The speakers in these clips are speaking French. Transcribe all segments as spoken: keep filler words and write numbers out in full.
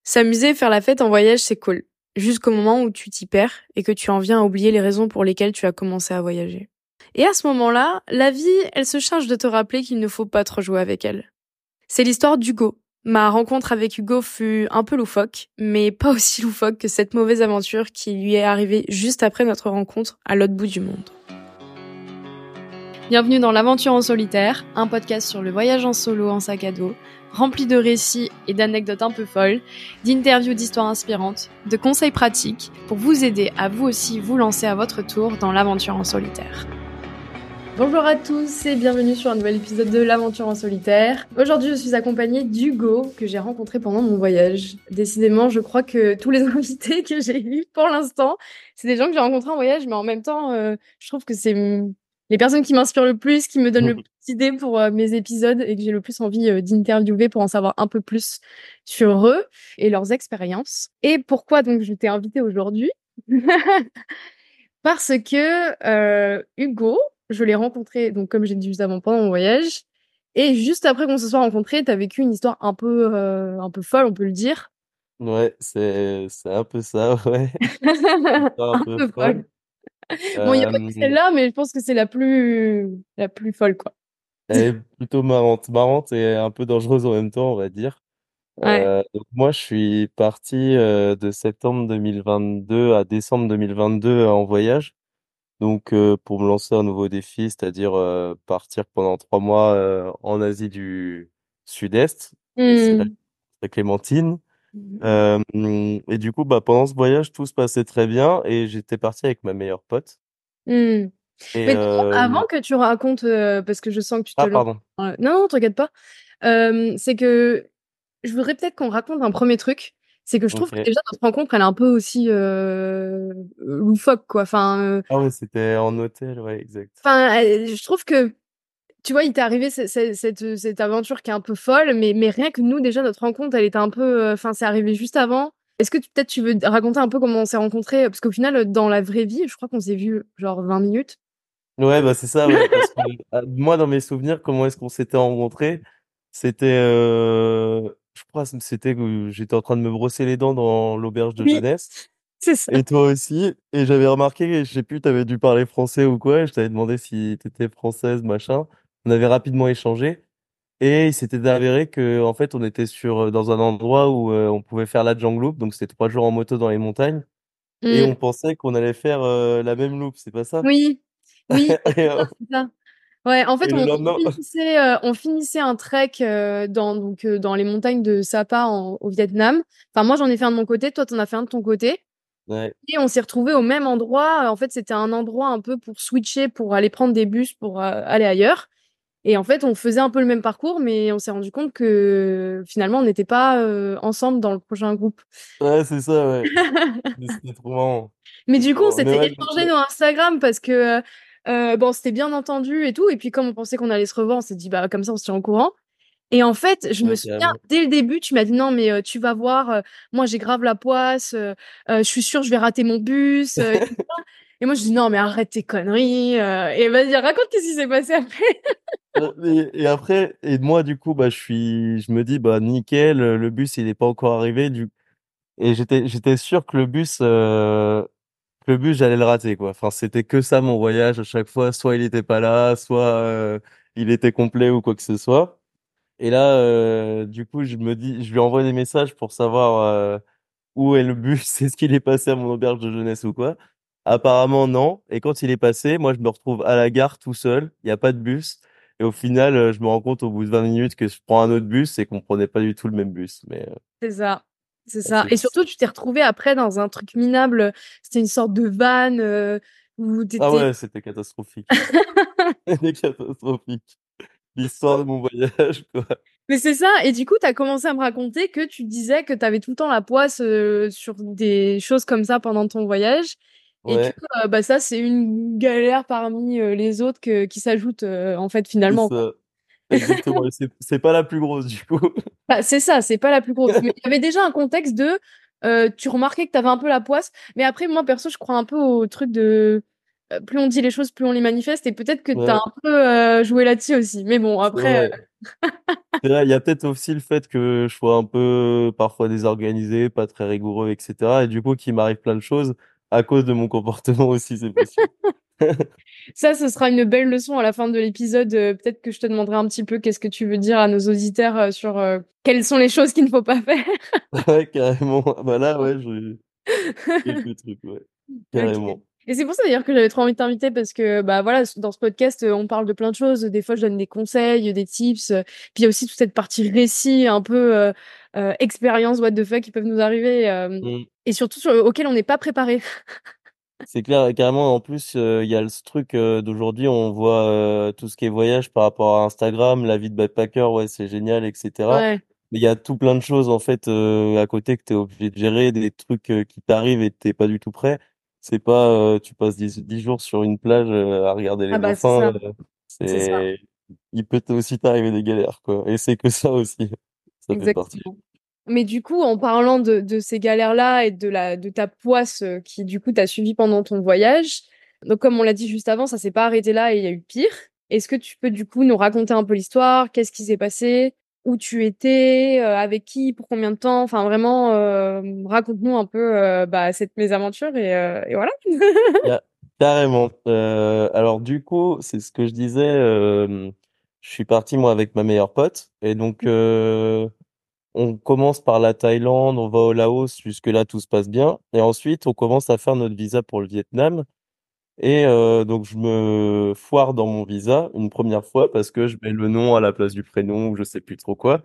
S'amuser et faire la fête en voyage, c'est cool. Jusqu'au moment où tu t'y perds et que tu en viens à oublier les raisons pour lesquelles tu as commencé à voyager. Et à ce moment-là, la vie, elle se charge de te rappeler qu'il ne faut pas trop jouer avec elle. C'est l'histoire d'Hugo. Ma rencontre avec Hugo fut un peu loufoque, mais pas aussi loufoque que cette mauvaise aventure qui lui est arrivée juste après notre rencontre à l'autre bout du monde. Bienvenue dans l'Aventure en solitaire, un podcast sur le voyage en solo en sac à dos, rempli de récits et d'anecdotes un peu folles, d'interviews d'histoires inspirantes, de conseils pratiques pour vous aider à vous aussi vous lancer à votre tour dans l'aventure en solitaire. Bonjour à tous et bienvenue sur un nouvel épisode de l'aventure en solitaire. Aujourd'hui, je suis accompagnée d'Hugo que j'ai rencontré pendant mon voyage. Décidément, je crois que tous les invités que j'ai eus pour l'instant, c'est des gens que j'ai rencontrés en voyage, mais en même temps, euh, je trouve que c'est les personnes qui m'inspirent le plus, qui me donnent le plus d'idées pour euh, mes épisodes et que j'ai le plus envie euh, d'interviewer pour en savoir un peu plus sur eux et leurs expériences. Et pourquoi donc je t'ai invitée aujourd'hui? Parce que euh, Hugo, je l'ai rencontré, donc comme j'ai dit juste avant, pendant mon voyage. Et juste après qu'on se soit rencontrés, t'as vécu une histoire un peu, euh, un peu folle, on peut le dire. Ouais, c'est c'est un peu ça, ouais. Histoire un Un peu peu folle. folle. Bon, il n'y a pas que Euh, celle-là, mais je pense que c'est la plus, la plus folle, quoi. Elle est plutôt marrante, marrante et un peu dangereuse en même temps, on va dire. Ouais. Euh, donc moi, je suis parti euh, de septembre deux mille vingt-deux à décembre deux mille vingt-deux en voyage. Donc euh, pour me lancer un nouveau défi, c'est-à-dire euh, partir pendant trois mois euh, en Asie du Sud-Est. Et c'est là que Hmm. j'ai rencontré Clémentine. Euh, et du coup, bah, pendant ce voyage, tout se passait très bien et j'étais parti avec ma meilleure pote. Hmm. Et Mais déjà, euh... avant que tu racontes, euh, parce que je sens que tu te ah, lances. pardon. euh, Non, non, t'inquiète pas. Euh, c'est que je voudrais peut-être qu'on raconte un premier truc. C'est que je trouve que Ok. déjà notre rencontre, elle est un peu aussi euh, loufoque, quoi. Enfin, euh, Ah ouais, c'était en hôtel, ouais, exact. enfin, elle- je trouve que, tu vois, il t'est arrivé ce- ce- cette, cette aventure qui est un peu folle, mais, mais rien que nous, déjà, notre rencontre, elle était un peu. euh, Enfin, c'est arrivé juste avant. Est-ce que tu- peut-être tu veux raconter un peu comment on s'est rencontrés? Parce qu'au final, dans la vraie vie, je crois qu'on s'est vu genre vingt minutes. Ouais, bah c'est ça, ouais, parce que ah, moi, dans mes souvenirs, comment est-ce qu'on s'était rencontrés? C'était, euh... je crois, que c'était que j'étais en train de me brosser les dents dans l'auberge de Oui, jeunesse, c'est ça. et toi aussi, et j'avais remarqué, je sais plus, t'avais dû parler français ou quoi, et je t'avais demandé si t'étais française, machin. On avait rapidement échangé, et il s'était avéré que, en fait, on était sur, dans un endroit où euh, on pouvait faire la jungle loop, donc c'était trois jours en moto dans les montagnes. Et Mm. on pensait qu'on allait faire euh, la même loupe, c'est pas ça? Oui, oui, Et, c'est ça, euh, c'est ça. Ouais, en fait, et le on, on lendemain, finissait, euh, on finissait un trek euh, dans, donc, euh, dans les montagnes de Sapa en- au Vietnam. Enfin, moi, j'en ai fait un de mon côté, toi, t'en as fait un de ton côté. ouais, Et on s'est retrouvés au même endroit. En fait, c'était un endroit un peu pour switcher, pour aller prendre des bus, pour euh, aller ailleurs. Et en fait, on faisait un peu le même parcours, mais on s'est rendu compte que finalement, on n'était pas euh, ensemble dans le prochain groupe. ouais, c'est ça, ouais. Mais C'était trop marrant. Mais C'était du trop coup, on marrant. Mais s'était ouais, échangé le- nos Instagram parce que, euh, euh, bon, c'était bien entendu et tout. Et puis, comme on pensait qu'on allait se revoir, on s'est dit, bah, comme ça, on se tient au courant. Et en fait, je me ouais, souviens, carrément. dès le début, tu m'as dit, non, mais euh, tu vas voir, euh, moi, j'ai grave la poisse, euh, euh, je suis sûre, je vais rater mon bus. euh, et tout ça. Et moi, je dis, non, mais arrête tes conneries. euh, et vas-y, raconte qu'est-ce qui s'est passé après. Euh, Et, et après, et moi, du coup, bah, je suis, je me dis, bah, nickel, le bus, il est pas encore arrivé, du, et j'étais, j'étais sûr que le bus, euh, que le bus, j'allais le rater, quoi. Enfin, c'était que ça, mon voyage, à chaque fois, soit il était pas là, soit, euh, il était complet ou quoi que ce soit. Et là, euh, du coup, je me dis, je lui envoie des messages pour savoir euh, où est le bus, est-ce qu'il est passé à mon auberge de jeunesse ou quoi. Apparemment, non. Et quand il est passé, moi, je me retrouve à la gare tout seul, il n'y a pas de bus. Et au final, euh, je me rends compte au bout de vingt minutes que je prends un autre bus et qu'on prenait pas du tout le même bus. Mais euh, C'est ça. C'est ça. c'est- Et c'est- surtout, tu t'es retrouvé après dans un truc minable. C'était une sorte de van euh, où ah t'étais. ouais, c'était catastrophique. C'était catastrophique. L'histoire de mon voyage, quoi. Mais c'est ça. Et du coup, t'as commencé à me raconter que tu disais que t'avais tout le temps la poisse euh, sur des choses comme ça pendant ton voyage. Et que Ouais, euh, bah, ça, c'est une galère parmi euh, les autres que, qui s'ajoutent euh, en fait c'est finalement. ça. Exactement. Et C'est c'est pas la plus grosse, du coup. Bah, c'est ça, c'est pas la plus grosse. Mais il y avait déjà un contexte de. Euh, tu remarquais que t'avais un peu la poisse. Mais après, moi, perso, je crois un peu au truc de. euh, plus on dit les choses, plus on les manifeste. Et peut-être que t'as Ouais, un peu euh, joué là-dessus aussi. Mais bon, c'est après, vrai. C'est vrai, il y a peut-être aussi le fait que je sois un peu parfois désorganisé, pas très rigoureux, et cetera. Et du coup, qu'il m'arrive plein de choses à cause de mon comportement aussi, c'est possible. ça, ce sera une belle leçon à la fin de l'épisode. Euh, peut-être que je te demanderai un petit peu qu'est-ce que tu veux dire à nos auditeurs euh, sur euh, quelles sont les choses qu'il ne faut pas faire. Ouais, carrément. Bah là, ouais, j'ai quelques trucs, ouais. Ok. Carrément. Et c'est pour ça d'ailleurs que j'avais trop envie de t'inviter parce que bah voilà, dans ce podcast, euh, on parle de plein de choses. Des fois, je donne des conseils, des tips. euh, Puis il y a aussi toute cette partie récit, un peu euh, euh, expérience, what the fuck, qui peuvent nous arriver euh, Mm. et surtout sur, auxquelles on n'est pas préparé. C'est clair, et carrément, en plus, euh, il y a ce truc euh, d'aujourd'hui, on voit euh, tout ce qui est voyage par rapport à Instagram, la vie de backpacker, ouais, c'est génial, et cetera. Ouais. Mais il y a tout plein de choses, en fait, euh, à côté que tu es obligé de gérer, des trucs euh, qui t'arrivent et t'es pas du tout prêt. C'est pas, euh, tu passes dix, dix jours sur une plage euh, à regarder Ah les bah c'est dauphins, ça, euh, c'est ça, c'est, il peut aussi t'arriver des galères, quoi. Et c'est que ça aussi, ça fait partie. exactement. Mais du coup, en parlant de, de ces galères-là et de la de ta poisse euh, qui du coup t'a suivi pendant ton voyage, donc comme on l'a dit juste avant, ça s'est pas arrêté là et il y a eu pire. Est-ce que tu peux du coup nous raconter un peu l'histoire? Qu'est-ce qui s'est passé? Où tu étais? Euh, avec qui? Pour combien de temps? Enfin vraiment, euh, raconte-nous un peu euh, bah, cette mésaventure et, euh, et voilà. Ya- Carrément. Euh, alors du coup, c'est ce que je disais. Euh, je suis parti moi avec ma meilleure pote et donc euh, on commence par la Thaïlande, on va au Laos, jusque là tout se passe bien et ensuite on commence à faire notre visa pour le Vietnam et euh, donc je me foire dans mon visa une première fois parce que je mets le nom à la place du prénom ou je sais plus trop quoi.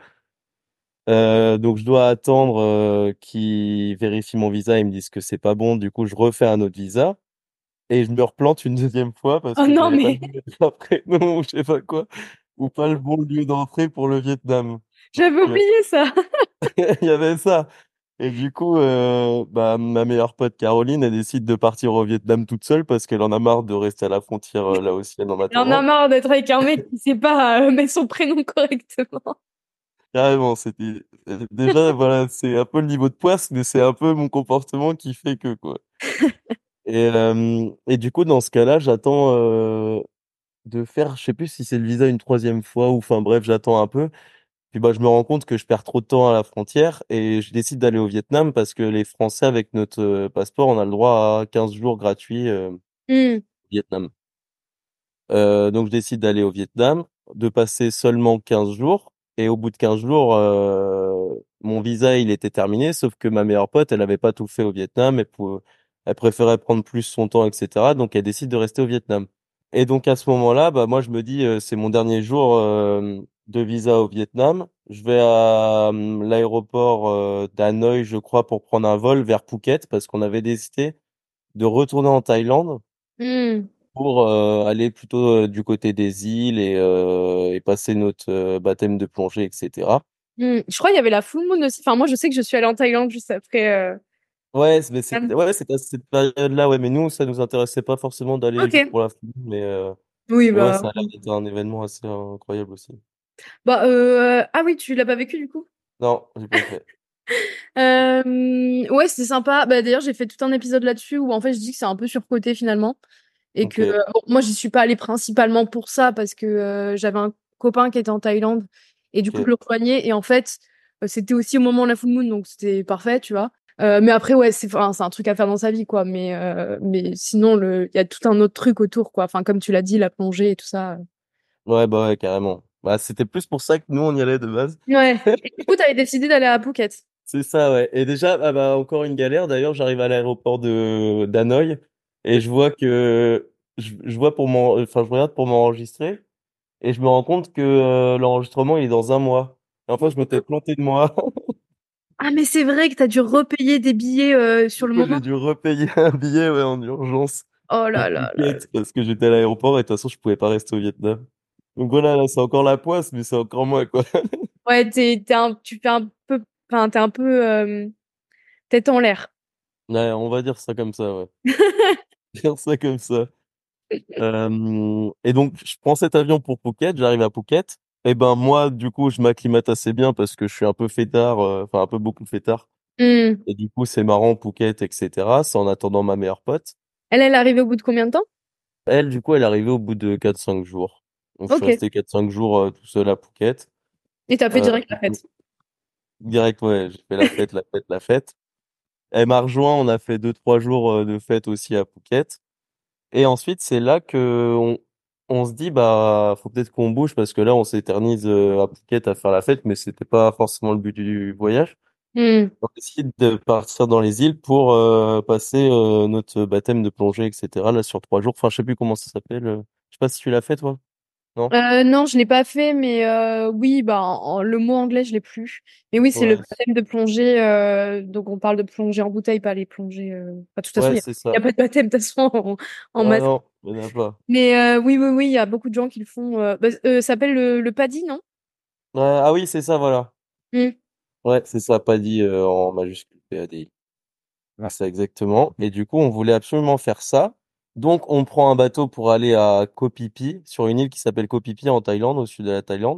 Euh, donc je dois attendre euh, qu'ils vérifient mon visa, ils me disent que c'est pas bon, du coup je refais un autre visa. Et je me replante une deuxième fois parce Oh que non j'avais pas mais le bon prénom ou je sais pas quoi, ou pas le bon lieu d'entrée pour le Vietnam. Donc, j'avais euh, oublié ça. il y avait ça. Et du coup, euh, bah, ma meilleure pote Caroline, elle décide de partir au Vietnam toute seule parce qu'elle en a marre de rester à la frontière euh, laotienne en Il en a attendant. marre d'être avec un mec qui sait pas euh, mettre son prénom correctement. Carrément, c'était euh, déjà voilà, c'est un peu le niveau de poisse, mais c'est un peu mon comportement qui fait que quoi. Et euh, et du coup, dans ce cas-là, j'attends euh, de faire, je sais plus si c'est le visa une troisième fois ou enfin bref, j'attends un peu. Puis bah je me rends compte que je perds trop de temps à la frontière et je décide d'aller au Vietnam parce que les Français avec notre euh, passeport, on a le droit à quinze jours gratuits euh, au Hmm. Vietnam. Euh, donc je décide d'aller au Vietnam, de passer seulement quinze jours et au bout de quinze jours, euh, mon visa il était terminé, sauf que ma meilleure pote, elle avait pas tout fait au Vietnam et pour, elle préférait prendre plus son temps, et cetera. Donc elle décide de rester au Vietnam. Et donc à ce moment-là, bah moi je me dis euh, c'est mon dernier jour euh, de visa au Vietnam. Je vais à euh, l'aéroport euh, d'Hanoï, je crois, pour prendre un vol vers Phuket parce qu'on avait décidé de retourner en Thaïlande Hmm. pour euh, aller plutôt euh, du côté des îles et, euh, et passer notre euh, baptême de plongée, et cetera. Hmm. Je crois qu'il y avait la full moon aussi. Enfin, moi, je sais que je suis allée en Thaïlande juste après. euh, Ouais, c'est- mais Anne. c'était ouais, c'était à cette période-là, ouais, mais nous, ça nous intéressait pas forcément d'aller juste Ok. pour la folie, mais euh, Oui, mais ouais, bah. ça a l'air d'être un événement assez incroyable aussi. Bah, euh... ah oui, tu l'as pas vécu du coup? Non, j'ai pas fait. Euh... Ouais, c'était sympa. Bah, d'ailleurs, j'ai fait tout un épisode là-dessus où en fait, je dis que c'est un peu surcoté finalement. Et que Ok, euh, bon, moi, j'y suis pas allée principalement pour ça parce que euh, j'avais un copain qui était en Thaïlande et du coup, je ok. le rejoignais. Et en fait, euh, c'était aussi au moment de la full moon, donc c'était parfait, tu vois. Euh, mais après, ouais, c'est enfin, c'est un truc à faire dans sa vie, quoi. Mais, euh, mais sinon, le... il y a tout un autre truc autour, quoi. Enfin, comme tu l'as dit, la plongée et tout ça. Ouais, bah ouais, carrément. Bah, c'était plus pour ça que nous, on y allait de base. Ouais. Et du coup, t'avais décidé d'aller à Phuket. C'est ça, ouais. Et déjà, ah bah, encore une galère. D'ailleurs, j'arrive à l'aéroport de d'Hanoï et je vois que je, je vois pour mon, enfin, je regarde pour m'enregistrer et je me rends compte que euh, l'enregistrement il est dans un mois. Et en fait, je m'étais planté de mois. Ah, mais c'est vrai que t'as dû repayer des billets euh, Du sur le coup, moment. j'ai dû repayer un billet, ouais, en urgence Oh pour là là là. Phuket parce que j'étais à l'aéroport et de toute façon, je pouvais pas rester au Vietnam. Donc voilà, là, c'est encore la poisse, mais c'est encore moi, quoi. Ouais, t'es, t'es un, tu fais un peu, enfin, t'es un peu euh, tête en l'air. Ouais, on va dire ça comme ça, ouais. Dire ça comme ça. Euh, et donc, je prends cet avion pour Phuket, j'arrive à Phuket. Et ben moi, du coup, je m'acclimate assez bien parce que je suis un peu fêtard, euh, enfin un peu beaucoup fêtard. Hmm. Et du coup, c'est marrant, Phuket, et cetera. C'est en attendant ma meilleure pote. Elle, elle est arrivée au bout de combien de temps? Elle, du coup, elle est arrivée au bout de quatre cinq jours. Donc, je suis Ok. resté quatre cinq jours euh, tout seul à Phuket. Et t'as fait Euh, direct la fête. direct, ouais, j'ai fait la fête, la fête, la fête. Elle m'a rejoint, on a fait deux trois jours euh, de fête aussi à Phuket. Et ensuite, c'est là que on, on se dit, bah, faut peut-être qu'on bouge parce que là, on s'éternise euh, à Phuket à faire la fête, mais c'était pas forcément le but du voyage. Hmm. On décide de partir dans les îles pour euh, passer euh, notre baptême de plongée, et cetera. Là, sur trois jours. Enfin, je sais plus comment ça s'appelle. euh. Je sais pas si tu l'as fait, toi. Non? Euh, non, je l'ai pas fait, mais euh, oui, bah en- le mot anglais, je l'ai plus. Mais oui, c'est le Ouais, baptême de plongée. Euh, donc on parle de plongée en bouteille, pas les plongées. Euh... Enfin, de toute façon, ouais, il c'est n'y a, ça. y a pas de baptême de toute façon en, en Ouais, masse. non, il y en a pas. Mais euh, oui, oui, oui, il y a beaucoup de gens qui le font. Euh, bah, euh, ça s'appelle le, le paddy, non? Ouais, ah oui, c'est ça, voilà. Hmm. Ouais, c'est ça, pas dit euh, en majuscule, P A D I. Ouais. C'est exactement. Et du coup, on voulait absolument faire ça. Donc, on prend un bateau pour aller à Koh Phi Phi, sur une île qui s'appelle Koh Phi Phi en Thaïlande, au sud de la Thaïlande.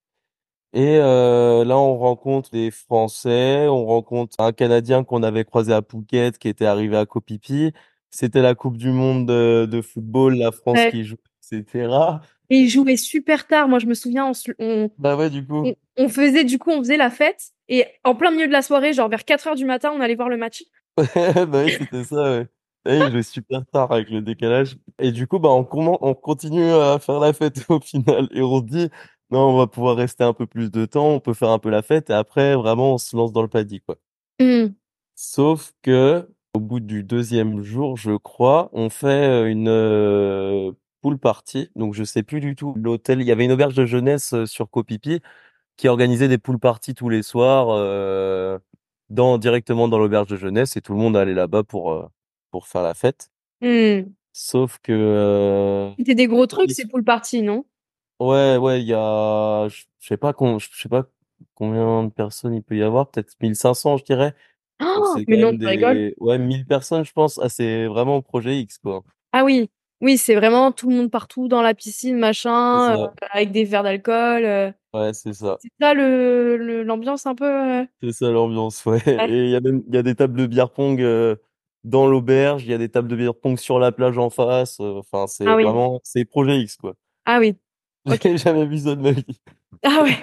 Et euh, là, on rencontre des Français, on rencontre un Canadien qu'on avait croisé à Phuket, qui était arrivé à Koh Phi Phi. C'était la Coupe du Monde de, de football, la France Ouais. qui joue, et cetera. Et ils jouaient super tard. Moi, je me souviens, on, se- on, Bah ouais, du coup. on, on faisait du coup, on faisait la fête. Et en plein milieu de la soirée, genre vers quatre heures du matin, on allait voir le match. Bah oui, c'était ça, ouais. Et il jouait super tard avec le décalage. Et du coup, bah, on, commen- on continue à faire la fête au final. Et on se dit, non, on va pouvoir rester un peu plus de temps, on peut faire un peu la fête. Et après, vraiment, on se lance dans le paddy, quoi. Hmm. Sauf que, au bout du deuxième jour, je crois, on fait euh, une euh, pool party. Donc, je sais plus du tout l'hôtel. Il y avait une auberge de jeunesse euh, sur Koh Phi Phi qui organisait des pool parties tous les soirs euh, dans directement dans l'auberge de jeunesse et tout le monde allait là-bas pour euh, pour faire la fête. Hmm. Sauf que euh, C'était des gros dans trucs, les- c'est pool party, non? ouais ouais il y a je je sais pas con- je sais pas combien de personnes il peut y avoir, peut-être mille cinq cents je dirais. Donc Oh, c'est mais quand non, même tu rigoles. des ouais mille personnes je pense. Ah c'est vraiment projet X quoi. Ah oui, oui, c'est vraiment tout le monde partout dans la piscine, C'est machin, euh, ça. avec des verres d'alcool. euh. Ouais, c'est ça. C'est ça le, le- l'ambiance un peu. euh, C'est ça l'ambiance, ouais. Ouais. Et il y a même, il y a des tables de beer pong euh, dans l'auberge, il y a des tables de beer pong sur la plage en face. euh, Enfin, c'est Ah oui, vraiment, c'est projet X, quoi. ah oui, ok. J'ai jamais vu ça de ma vie, Ah ouais,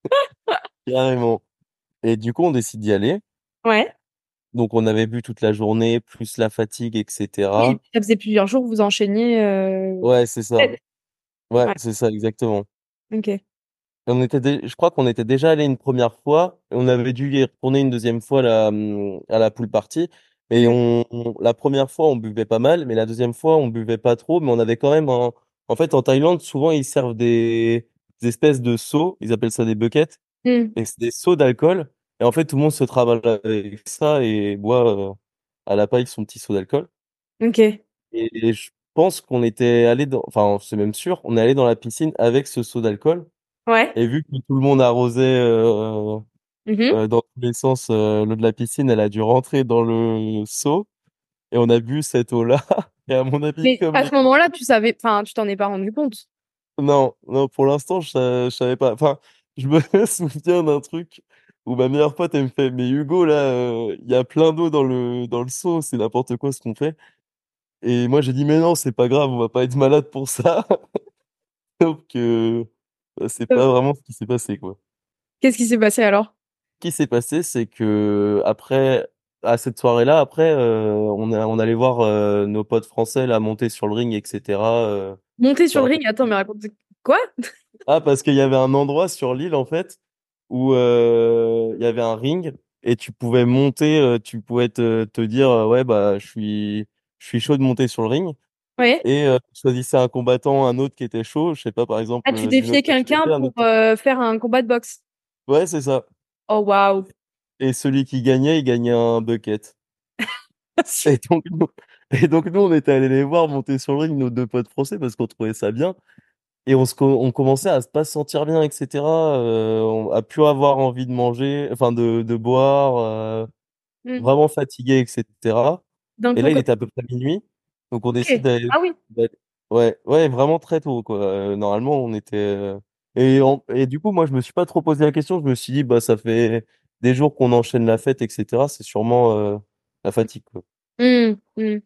carrément. Et du coup, on décide d'y aller. ouais. Donc, on avait bu toute la journée, plus la fatigue, Oui, et cetera. ça faisait plusieurs jours que vous enchaîniez. euh, Ouais, c'est ça. Ouais, Ouais, c'est ça, exactement. ok. Et on était, dé- je crois qu'on était déjà allé une première fois, et on avait dû y retourner une deuxième fois là, hum, à la pool party. Et Mm. on, on- la première fois, on buvait pas mal, mais la deuxième fois, on buvait pas trop, mais on avait quand même un, en fait, en Thaïlande, souvent, ils servent des, des espèces de seaux, ils appellent ça des buckets, Mm. et c'est des seaux d'alcool. Et en fait, tout le monde se travaille avec ça et boit, euh, à la paille son petit seau d'alcool. Ok. Et je pense qu'on était allé dans, enfin, c'est même sûr, on est allé dans la piscine avec ce seau d'alcool. Ouais. Et vu que tout le monde arrosait euh, Mhm. euh, dans tous les sens euh, l'eau de la piscine, elle a dû rentrer dans le seau et on a bu cette eau-là. Et à mon avis, Mais comme à les... ce moment-là, tu savais, enfin, tu t'en es pas rendu compte. Non, non, pour l'instant, je, sa- je savais pas. Enfin, je me souviens d'un truc où ma meilleure pote, elle me fait, mais Hugo, là, euh, il y a plein d'eau dans le, dans le seau, c'est n'importe quoi ce qu'on fait. Et moi, j'ai dit, mais non, c'est pas grave, on va pas être malade pour ça. Donc, euh, bah, c'est Euh, pas vraiment ce qui s'est passé, quoi. Qu'est-ce qui s'est passé alors? Qui s'est passé, c'est que après, à cette soirée-là, après, euh, on a, on allait voir euh, nos potes français là monter sur le ring, et cetera euh, Monter sur faire le des- ring? Attends, mais raconte. Quoi? Ah, parce qu'il y avait un endroit sur l'île en fait où euh, il y avait un ring et tu pouvais monter, euh, tu pouvais te, te dire euh, ouais bah je suis je suis chaud de monter sur le ring Ouais. et euh, tu choisissais un combattant, un autre qui était chaud, je sais pas par Ah, exemple tu euh, Gino défiais quelqu'un Pachiretti, un pour autre. euh, faire un combat de boxe. Ouais c'est ça. Oh, waouh. Et celui qui gagnait, il gagnait un bucket. Et donc, nous, et donc, nous, on était allés les voir monter sur le ring, nos deux potes français, parce qu'on trouvait ça bien. Et on, se, co- on commençait à se pas se sentir bien, et cetera. Euh, on a pu avoir envie de manger, enfin de, de boire, euh, Hmm. vraiment fatigué, et cetera. D'un Et coup, là, il comme... était à peu près minuit. Donc, on décide Ok. d'aller. Ah oui. d'aller- Ouais, ouais, vraiment très tôt, quoi. Euh, normalement, on était. euh, Et, en- et du coup, moi, je me suis pas trop posé la question. Je me suis dit, bah, ça fait des jours qu'on enchaîne la fête, et cetera. C'est sûrement euh, la fatigue, quoi. Hmm, hmm.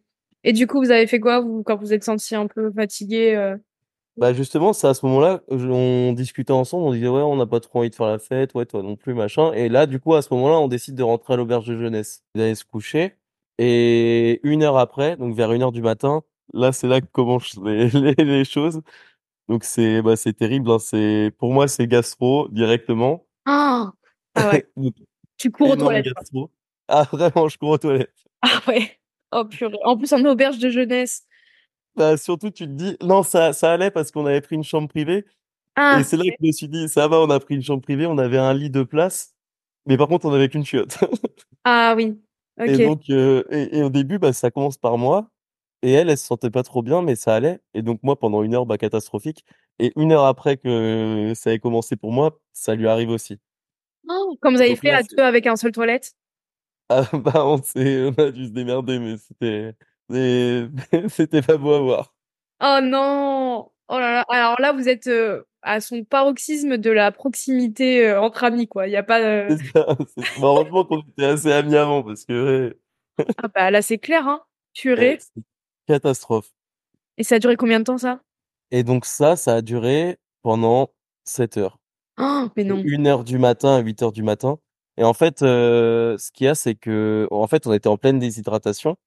Et du coup, vous avez fait quoi, vous, quand vous êtes senti un peu fatigué euh Bah justement, c'est à ce moment-là, je- on discutait ensemble, on disait ouais, on n'a pas trop envie de faire la fête, ouais, toi non plus, machin. Et là, du coup, à ce moment-là, on décide de rentrer à l'auberge de jeunesse, d'aller se coucher. Et une heure après, donc vers une heure du matin, là, c'est là que commencent les, les, les choses. Donc c'est bah c'est terrible, hein. C'est pour moi, c'est gastro directement. Ah ah ouais, Donc, tu cours aux énorme toilettes, quoi. gastro. Ah vraiment, je cours aux toilettes. Ah ouais. Oh purée. En plus, en auberge de jeunesse. Bah surtout, tu te dis non, ça ça allait parce qu'on avait pris une chambre privée. Et Ah, c'est là que je me suis dit, ça va, on a pris une chambre privée, on avait un lit de place, mais par contre, on avait qu'une chiotte. ah oui. Et Ok. donc, euh, et, et au début, bah, ça commence par moi, et elle, elle se sentait pas trop bien, mais ça allait. Et donc, moi, pendant une heure, bah, catastrophique. Et une heure après que ça ait commencé pour moi, ça lui arrive aussi. Oh, comme vous Et avez donc fait là, à c'est, deux avec un seul toilette. ah, bah, on s'est, on a dû se démerder, mais c'était, mais c'était pas beau à voir. Oh non! Oh là là. Alors là, vous êtes euh, à son paroxysme de la proximité euh, entre amis, quoi. Il y a pas de... C'est ça, c'est ça. Bah, heureusement qu'on était assez amis avant, parce que, ouais, Ah bah là, c'est clair, hein. ouais, Purée. c'est catastrophe. Et ça a duré combien de temps, ça? Et donc ça, ça a duré pendant sept heures. Oh, mais De non. une heure du matin à huit heures du matin. Et en fait, euh, ce qu'il y a, c'est que, en fait, on était en pleine déshydratation.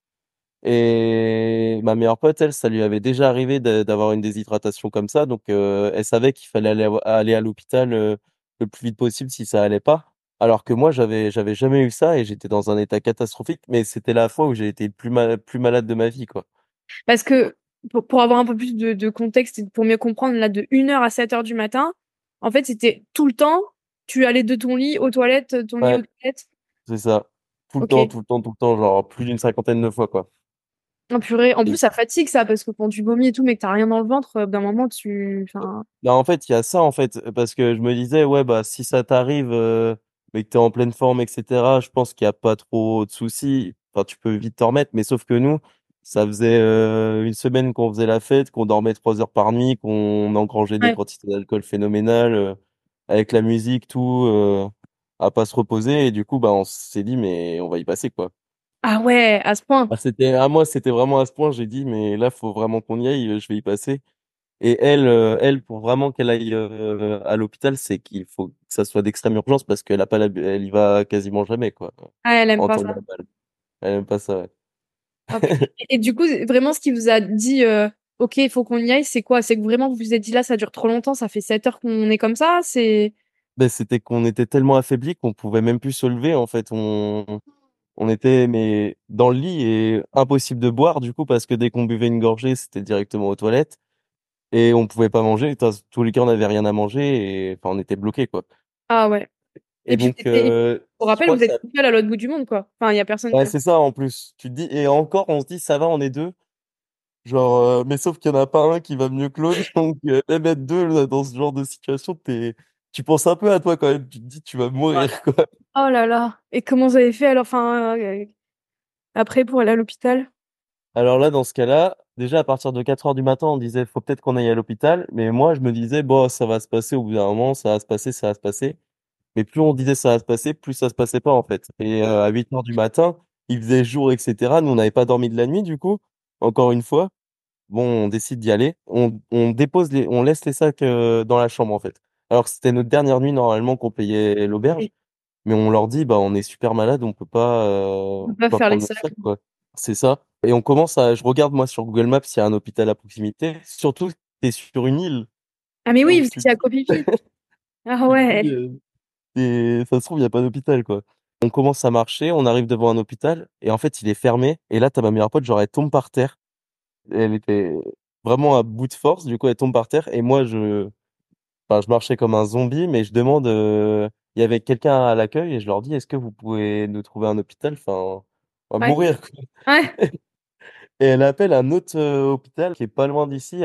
Et ma meilleure pote, elle, ça lui avait déjà arrivé d'a- d'avoir une déshydratation comme ça. Donc, euh, elle savait qu'il fallait aller, à- aller à l'hôpital euh, le plus vite possible si ça allait pas. Alors que moi, j'avais, j'avais jamais eu ça et j'étais dans un état catastrophique. Mais c'était la fois où j'ai été le plus, ma- plus malade de ma vie, quoi. Parce que, pour, pour avoir un peu plus de, de contexte et pour mieux comprendre, là, de une heure à sept heures du matin, en fait, c'était tout le temps, tu allais de ton lit aux toilettes, de ton lit Ouais, aux toilettes. c'est ça. Tout le Ok. temps, tout le temps, tout le temps, genre plus d'une cinquantaine de fois, quoi. Oh, purée. En plus, ça fatigue, ça, parce que quand tu vomis et tout, mais que t'as rien dans le ventre, euh, d'un moment, tu... Enfin... Bah, en fait, il y a ça, en fait, parce que je me disais, ouais, bah, si ça t'arrive, euh, mais que t'es en pleine forme, et cetera, je pense qu'il n'y a pas trop de soucis. Enfin, tu peux vite t'en remettre, mais sauf que nous, ça faisait euh, une semaine qu'on faisait la fête, qu'on dormait trois heures par nuit, qu'on engrangeait des Ouais. quantités d'alcool phénoménales, euh, avec la musique, tout, euh, à pas se reposer, et du coup, bah, on s'est dit, mais on va y passer, quoi. Ah ouais, à ce point. Ah, c'était, à moi, c'était vraiment à ce point, j'ai dit, mais là, faut vraiment qu'on y aille, je vais y passer. Et elle, euh, elle, pour vraiment qu'elle aille euh, à l'hôpital, c'est qu'il faut que ça soit d'extrême urgence parce qu'elle a pas l'hab- elle y va quasiment jamais, quoi, Ah, elle aime en pas temps ça. normal. Elle aime pas ça, ouais. Ah, purée. Et, et du coup, vraiment, ce qui vous a dit, euh, ok, il faut qu'on y aille, c'est quoi? C'est que vraiment, vous vous êtes dit, là, ça dure trop longtemps, ça fait sept heures qu'on est comme ça, c'est... Ben, c'était qu'on était tellement affaiblis qu'on pouvait même plus se lever, en fait. On, on était, mais dans le lit et impossible de boire, du coup, parce que dès qu'on buvait une gorgée, c'était directement aux toilettes et on pouvait pas manger. Dans tous les cas, on n'avait rien à manger et, enfin, on était bloqués, quoi. Ah ouais. Et Et puis, donc, et, euh, pour je rappel, crois vous que êtes ça, tout seul à l'autre bout du monde, quoi. Enfin, il y a personne ouais, qui... c'est ça, en plus. Tu te dis, et encore, on se dit, ça va, on est deux. Genre, euh, mais sauf qu'il y en a pas un qui va mieux que l'autre, donc euh, même être deux là, dans ce genre de situation, t'es, tu penses un peu à toi quand même, tu te dis tu vas mourir quoi. Oh là là. Et comment vous avez fait alors, enfin, euh, après pour aller à l'hôpital? Alors là, dans ce cas-là, déjà à partir de quatre heures du matin, on disait faut peut-être qu'on aille à l'hôpital, mais moi je me disais bon ça va se passer au bout d'un moment, ça va se passer, ça va se passer. Mais plus on disait ça va se passer, plus ça se passait pas en fait. Et euh, à huit heures du matin, il faisait jour, et cetera. Nous on n'avait pas dormi de la nuit du coup, encore une fois. Bon, on décide d'y aller. On, on dépose les, on laisse les sacs euh, dans la chambre en fait. Alors que c'était notre dernière nuit normalement qu'on payait l'auberge, Et mais on leur dit bah on est super malade, on peut pas, euh, on on peut peut pas pas faire les prendre nos sacs. sacs quoi. C'est ça. Et on commence à, je regarde moi sur Google Maps s'il y a un hôpital à proximité. Surtout, t'es sur une île, Ah mais oui, vous donc tu te étiez à dis, Copipi. Ah tu te dis, ouais. euh, et ça se trouve il y a pas d'hôpital quoi. On commence à marcher, on arrive devant un hôpital et en fait il est fermé. Et là t'as ma meilleure pote, genre elle tombe par terre. Elle était vraiment à bout de force, du coup elle tombe par terre et moi je, enfin je marchais comme un zombie, mais je demande, euh, il y avait quelqu'un à l'accueil et je leur dis est-ce que vous pouvez nous trouver un hôpital, enfin on va Ouais. mourir quoi. Ouais. Et elle appelle un autre euh, hôpital qui est pas loin d'ici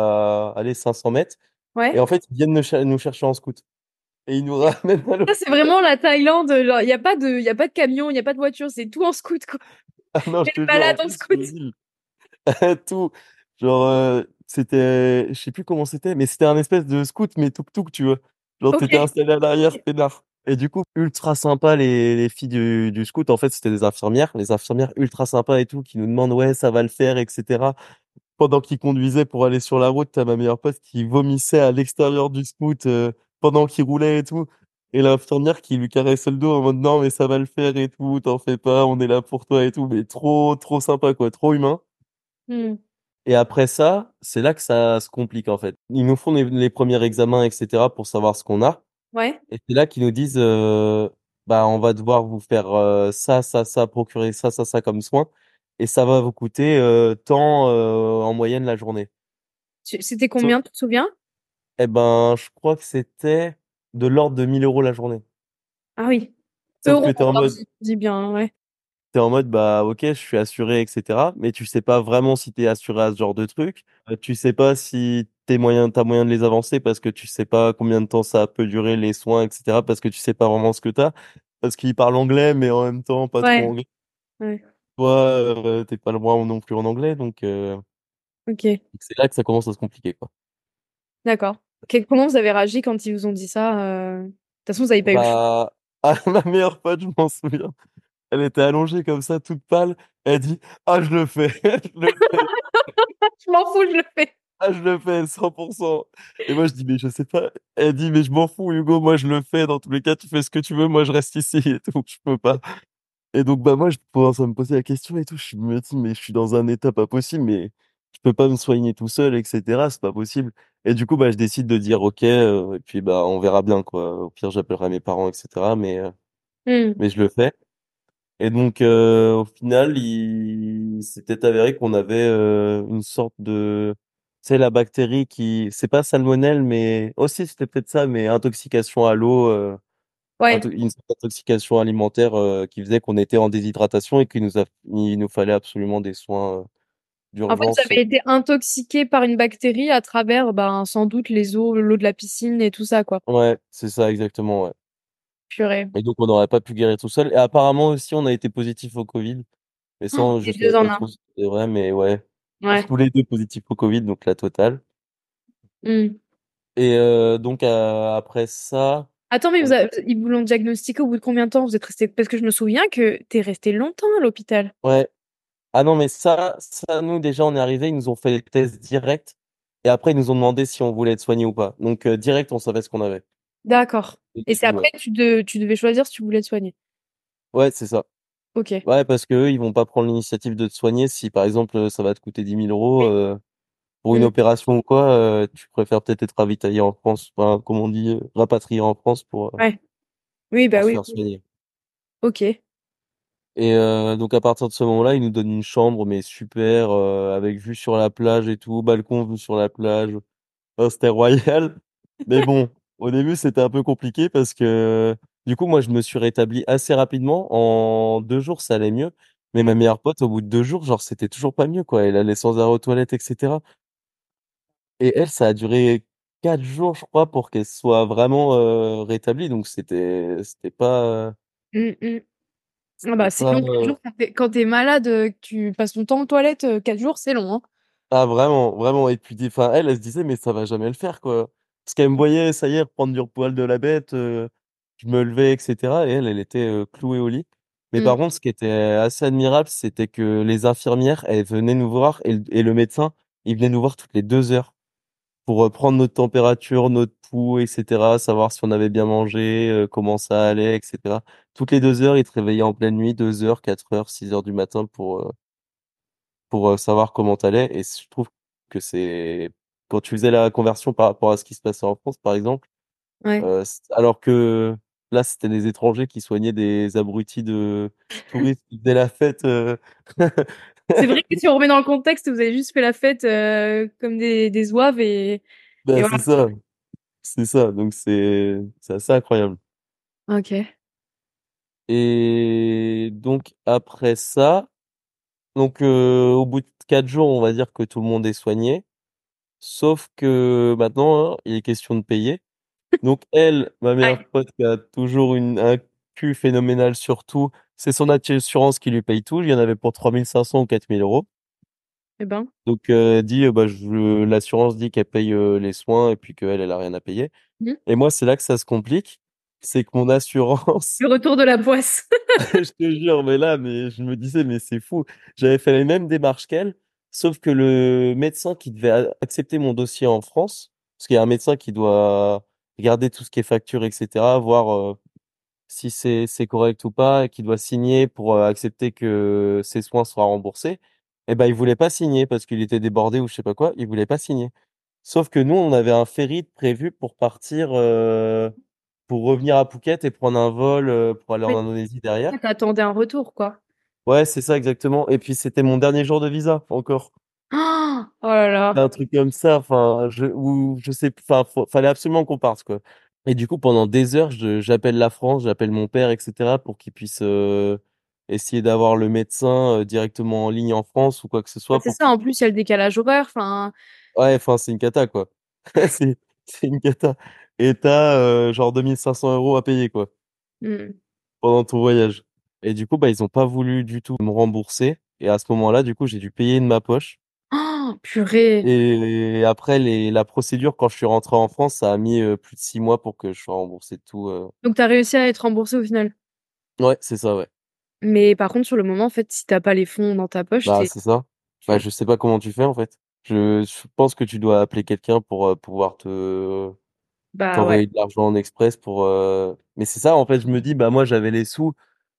à aller cinq cents mètres et Ouais. en fait ils viennent nous, cher- nous chercher en scout et ils nous ramènent à Ça, c'est l'hôpital. vraiment la Thaïlande. Genre, il n'y a pas de, il y a pas de camion, il n'y a pas de voiture, c'est tout en scoot, quoi. Ah non je Les te jure en balades en plus sur scoot. une île. Tout. Genre, euh, c'était, je sais plus comment c'était, mais c'était un espèce de scout, mais tuk-tuk, tu vois. Genre, Ok. t'étais installé à l'arrière, peinard. Et du coup, ultra sympa les, les filles du, du scout. En fait, c'était des infirmières, les infirmières ultra sympas et tout, qui nous demandent ouais, ça va le faire, et cetera. Pendant qu'ils conduisaient pour aller sur la route, t'as ma meilleure pote qui vomissait à l'extérieur du scout euh, pendant qu'il roulait et tout. Et l'infirmière qui lui caressait le dos en mode non, mais ça va le faire et tout, t'en fais pas, on est là pour toi et tout. Mais trop, trop sympa, quoi, trop humain. Hmm. Et après ça, c'est là que ça se complique, en fait. Ils nous font les, les premiers examens, et cetera, pour savoir ce qu'on a. Ouais. Et c'est là qu'ils nous disent, euh, bah, on va devoir vous faire euh, ça, ça, ça, procurer ça, ça, ça comme soin. Et ça va vous coûter euh, tant euh, en moyenne la journée. Tu- C'était Sauf- combien, tu te souviens? Eh ben, je crois que c'était de l'ordre de mille euros la journée. Ah oui. Sauf que Euros, t'es en on mode, dit, dit bien, ouais. t'es en mode, bah, ok, je suis assuré, et cetera. Mais tu sais pas vraiment si t'es assuré à ce genre de truc. Euh, Tu sais pas si t'es moyen, t'as moyen de les avancer parce que tu sais pas combien de temps ça peut durer les soins, et cetera. Parce que tu sais pas vraiment ce que t'as. Parce qu'ils parlent anglais, mais en même temps, pas trop Ouais, anglais. ouais. Toi, euh, t'es pas loin non plus en anglais, donc euh, Ok, c'est là que ça commence à se compliquer, quoi. d'accord. Que- Comment vous avez réagi quand ils vous ont dit ça? euh De toute façon, vous n'avez pas eu le choix. Bah, ah, ma meilleure pote, je m'en souviens. Elle était allongée comme ça, toute pâle. Elle dit, ah, je le fais, je le fais, Je m'en fous, je le fais. ah, je le fais, cent pour cent. Et moi, je dis, mais je sais pas. Elle dit, mais je m'en fous, Hugo, moi, je le fais. Dans tous les cas, tu fais ce que tu veux, moi, je reste ici et tout, je peux pas. Et donc, bah, moi, je commence à me poser la question et tout. Je me dis, mais je suis dans un état pas possible, mais je peux pas me soigner tout seul, et cetera. C'est pas possible. Et du coup, bah, je décide de dire, OK, euh, et puis, bah, on verra bien, quoi. Au pire, j'appellerai mes parents, et cetera. Mais, euh, Hmm. mais je le fais. Et donc, euh, au final, il s'était avéré qu'on avait euh, une sorte de, tu sais, la bactérie qui, c'est pas salmonelle, mais aussi c'était peut-être ça, mais intoxication à l'eau, euh, Ouais. into- une sorte d'intoxication alimentaire euh, qui faisait qu'on était en déshydratation et qu'il nous a, il nous fallait absolument des soins euh, En fait, vous d'urgence. avez été intoxiqué par une bactérie à travers, ben, sans doute les eaux, l'eau de la piscine et tout ça, quoi. Ouais, c'est ça exactement, ouais. Purée. Et donc, on n'aurait pas pu guérir tout seul. Et apparemment aussi, on a été positif au Covid. Mais Oh, ça, je les sais deux en pas un. trop si c'est vrai, mais ouais. Ouais. Tous les deux positifs au Covid, donc la totale. Hmm. Et euh, donc euh, après ça, Attends, mais on- vous avez- ils vous l'ont diagnostiqué au bout de combien de temps vous êtes resté? Parce que je me souviens que t'es resté longtemps à l'hôpital. ouais. Ah non, mais ça, ça, nous déjà, on est arrivé, ils nous ont fait les tests directs. Et après, ils nous ont demandé si on voulait être soigné ou pas. Donc euh, direct, on savait ce qu'on avait. D'accord. Au Et c'est début, ouais. après que tu, de- tu devais choisir si tu voulais te soigner. Ouais, c'est ça. Ok. Ouais, parce que eux, ils vont pas prendre l'initiative de te soigner si, par exemple, euh, ça va te coûter dix mille euros euh, pour une Hmm. opération ou quoi. Euh, tu préfères peut-être être ravitaillé en France, enfin, comme on dit, euh, rapatrié en France pour, euh, Ouais. Oui, bah pour se oui. faire soigner. Ok. Et euh, donc à partir de ce moment-là, ils nous donnent une chambre, mais super, euh, avec vue sur la plage et tout, balcon, vue sur la plage. Oh, c'était royal. Mais bon, au début, c'était un peu compliqué parce que du coup, moi, je me suis rétabli assez rapidement. En deux jours, ça allait mieux. Mais Hmm. ma meilleure pote, au bout de deux jours, genre, c'était toujours pas mieux, quoi. Elle allait sans arrêt aux toilettes, et cetera. Et elle, ça a duré quatre jours, je crois, pour qu'elle soit vraiment euh, rétablie. Donc, c'était, c'était pas, Hmm, hmm. Ah c'était bah c'est pas, long, quatre euh, jours. Quand t'es quand t'es malade, euh, que tu passes ton temps aux toilettes, euh, quatre jours, c'est long, hein. ah, vraiment, vraiment. Et puis, enfin, elle, elle se disait, mais ça va jamais le faire, quoi. Parce qu'elle me voyait, ça y est, reprendre du poil de la bête. euh, je me levais, et cetera. Et elle, elle était euh, clouée au lit. Mais Hmm. par contre, ce qui était assez admirable, c'était que les infirmières, elles venaient nous voir et, le et le médecin, il venait nous voir toutes les deux heures pour euh, prendre notre température, notre pouls, et cetera. Savoir si on avait bien mangé, euh, comment ça allait, et cetera. Toutes les deux heures, il te réveillait en pleine nuit, deux heures, quatre heures, six heures du matin pour, euh, pour euh, savoir comment t'allais. Et je trouve que c'est quand tu faisais la conversion par rapport à ce qui se passait en France, par exemple, Ouais. euh, c- alors que là, c'était des étrangers qui soignaient des abrutis de touristes qui faisaient la fête. euh, C'est vrai que si on remet dans le contexte, vous avez juste fait la fête euh, comme des, des zouaves et, et Ben, c'est voilà. ça, c'est ça. Donc c'est c'est assez incroyable. Ok. Et donc après ça, donc euh, au bout de quatre jours, on va dire que tout le monde est soigné. Sauf que maintenant, hein, il est question de payer. Donc elle, ma meilleure Ouais. pote qui a toujours une, un cul phénoménal sur tout, c'est son assurance qui lui paye tout. Il y en avait pour trois mille cinq cents ou quatre mille euros. Eh ben. Donc euh, elle dit, euh, bah, je, l'assurance dit qu'elle paye euh, les soins et puis qu'elle, elle a rien à payer. Hmm. Et moi, c'est là que ça se complique. c'est que mon assurance, Le retour de la poisse. je te jure, mais là, mais je me disais, mais c'est fou. J'avais fait les mêmes démarches qu'elle, sauf que le médecin qui devait a- accepter mon dossier en France, parce qu'il y a un médecin qui doit regarder tout ce qui est facture, et cetera, voir euh, si c'est c'est correct ou pas, et qui doit signer pour euh, accepter que ses soins soient remboursés. Et ben, il voulait pas signer parce qu'il était débordé ou je sais pas quoi. Il voulait pas signer. Sauf que nous, on avait un ferry prévu pour partir, euh, pour revenir à Phuket et prendre un vol euh, pour aller en Mais Indonésie derrière. t'attendais un retour, quoi. Ouais, c'est ça exactement. Et puis c'était mon dernier jour de visa encore. Ah oh là là. Un truc comme ça, enfin, je, ou je sais, enfin, faut- fallait absolument qu'on parte quoi. Et du coup, pendant des heures, je, j'appelle la France, j'appelle mon père, et cetera, pour qu'il puisse euh, essayer d'avoir le médecin euh, directement en ligne en France ou quoi que ce Ah, soit c'est pour ça, qu'il. en plus, il y a le décalage horaire. Enfin, Ouais, enfin, c'est une cata quoi. C'est, c'est une cata. Et t'as euh, genre deux mille cinq cents euros à payer quoi hmm. pendant ton voyage. Et du coup, bah, ils ont pas voulu du tout me rembourser. Et à ce moment-là, du coup, j'ai dû payer de ma poche. Oh, purée. Et après, les, la procédure, quand je suis rentré en France, ça a mis euh, plus de six mois pour que je sois remboursé de tout. euh. Donc, t'as réussi à être remboursé au final. Ouais, c'est ça, ouais. Mais par contre, sur le moment, en fait, si t'as pas les fonds dans ta poche, Bah, t'es. c'est ça. Bah, je sais pas comment tu fais, en fait. Je, je pense que tu dois appeler quelqu'un pour euh, pouvoir te Bah ouais. t'envoyer de l'argent en express pour. euh, Mais c'est ça, en fait, je me dis, bah moi, j'avais les sous,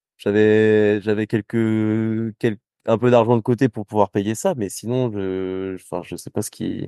j'avais j'avais quelques, quelques un peu d'argent de côté pour pouvoir payer ça, mais sinon, je, enfin, je sais pas ce qui,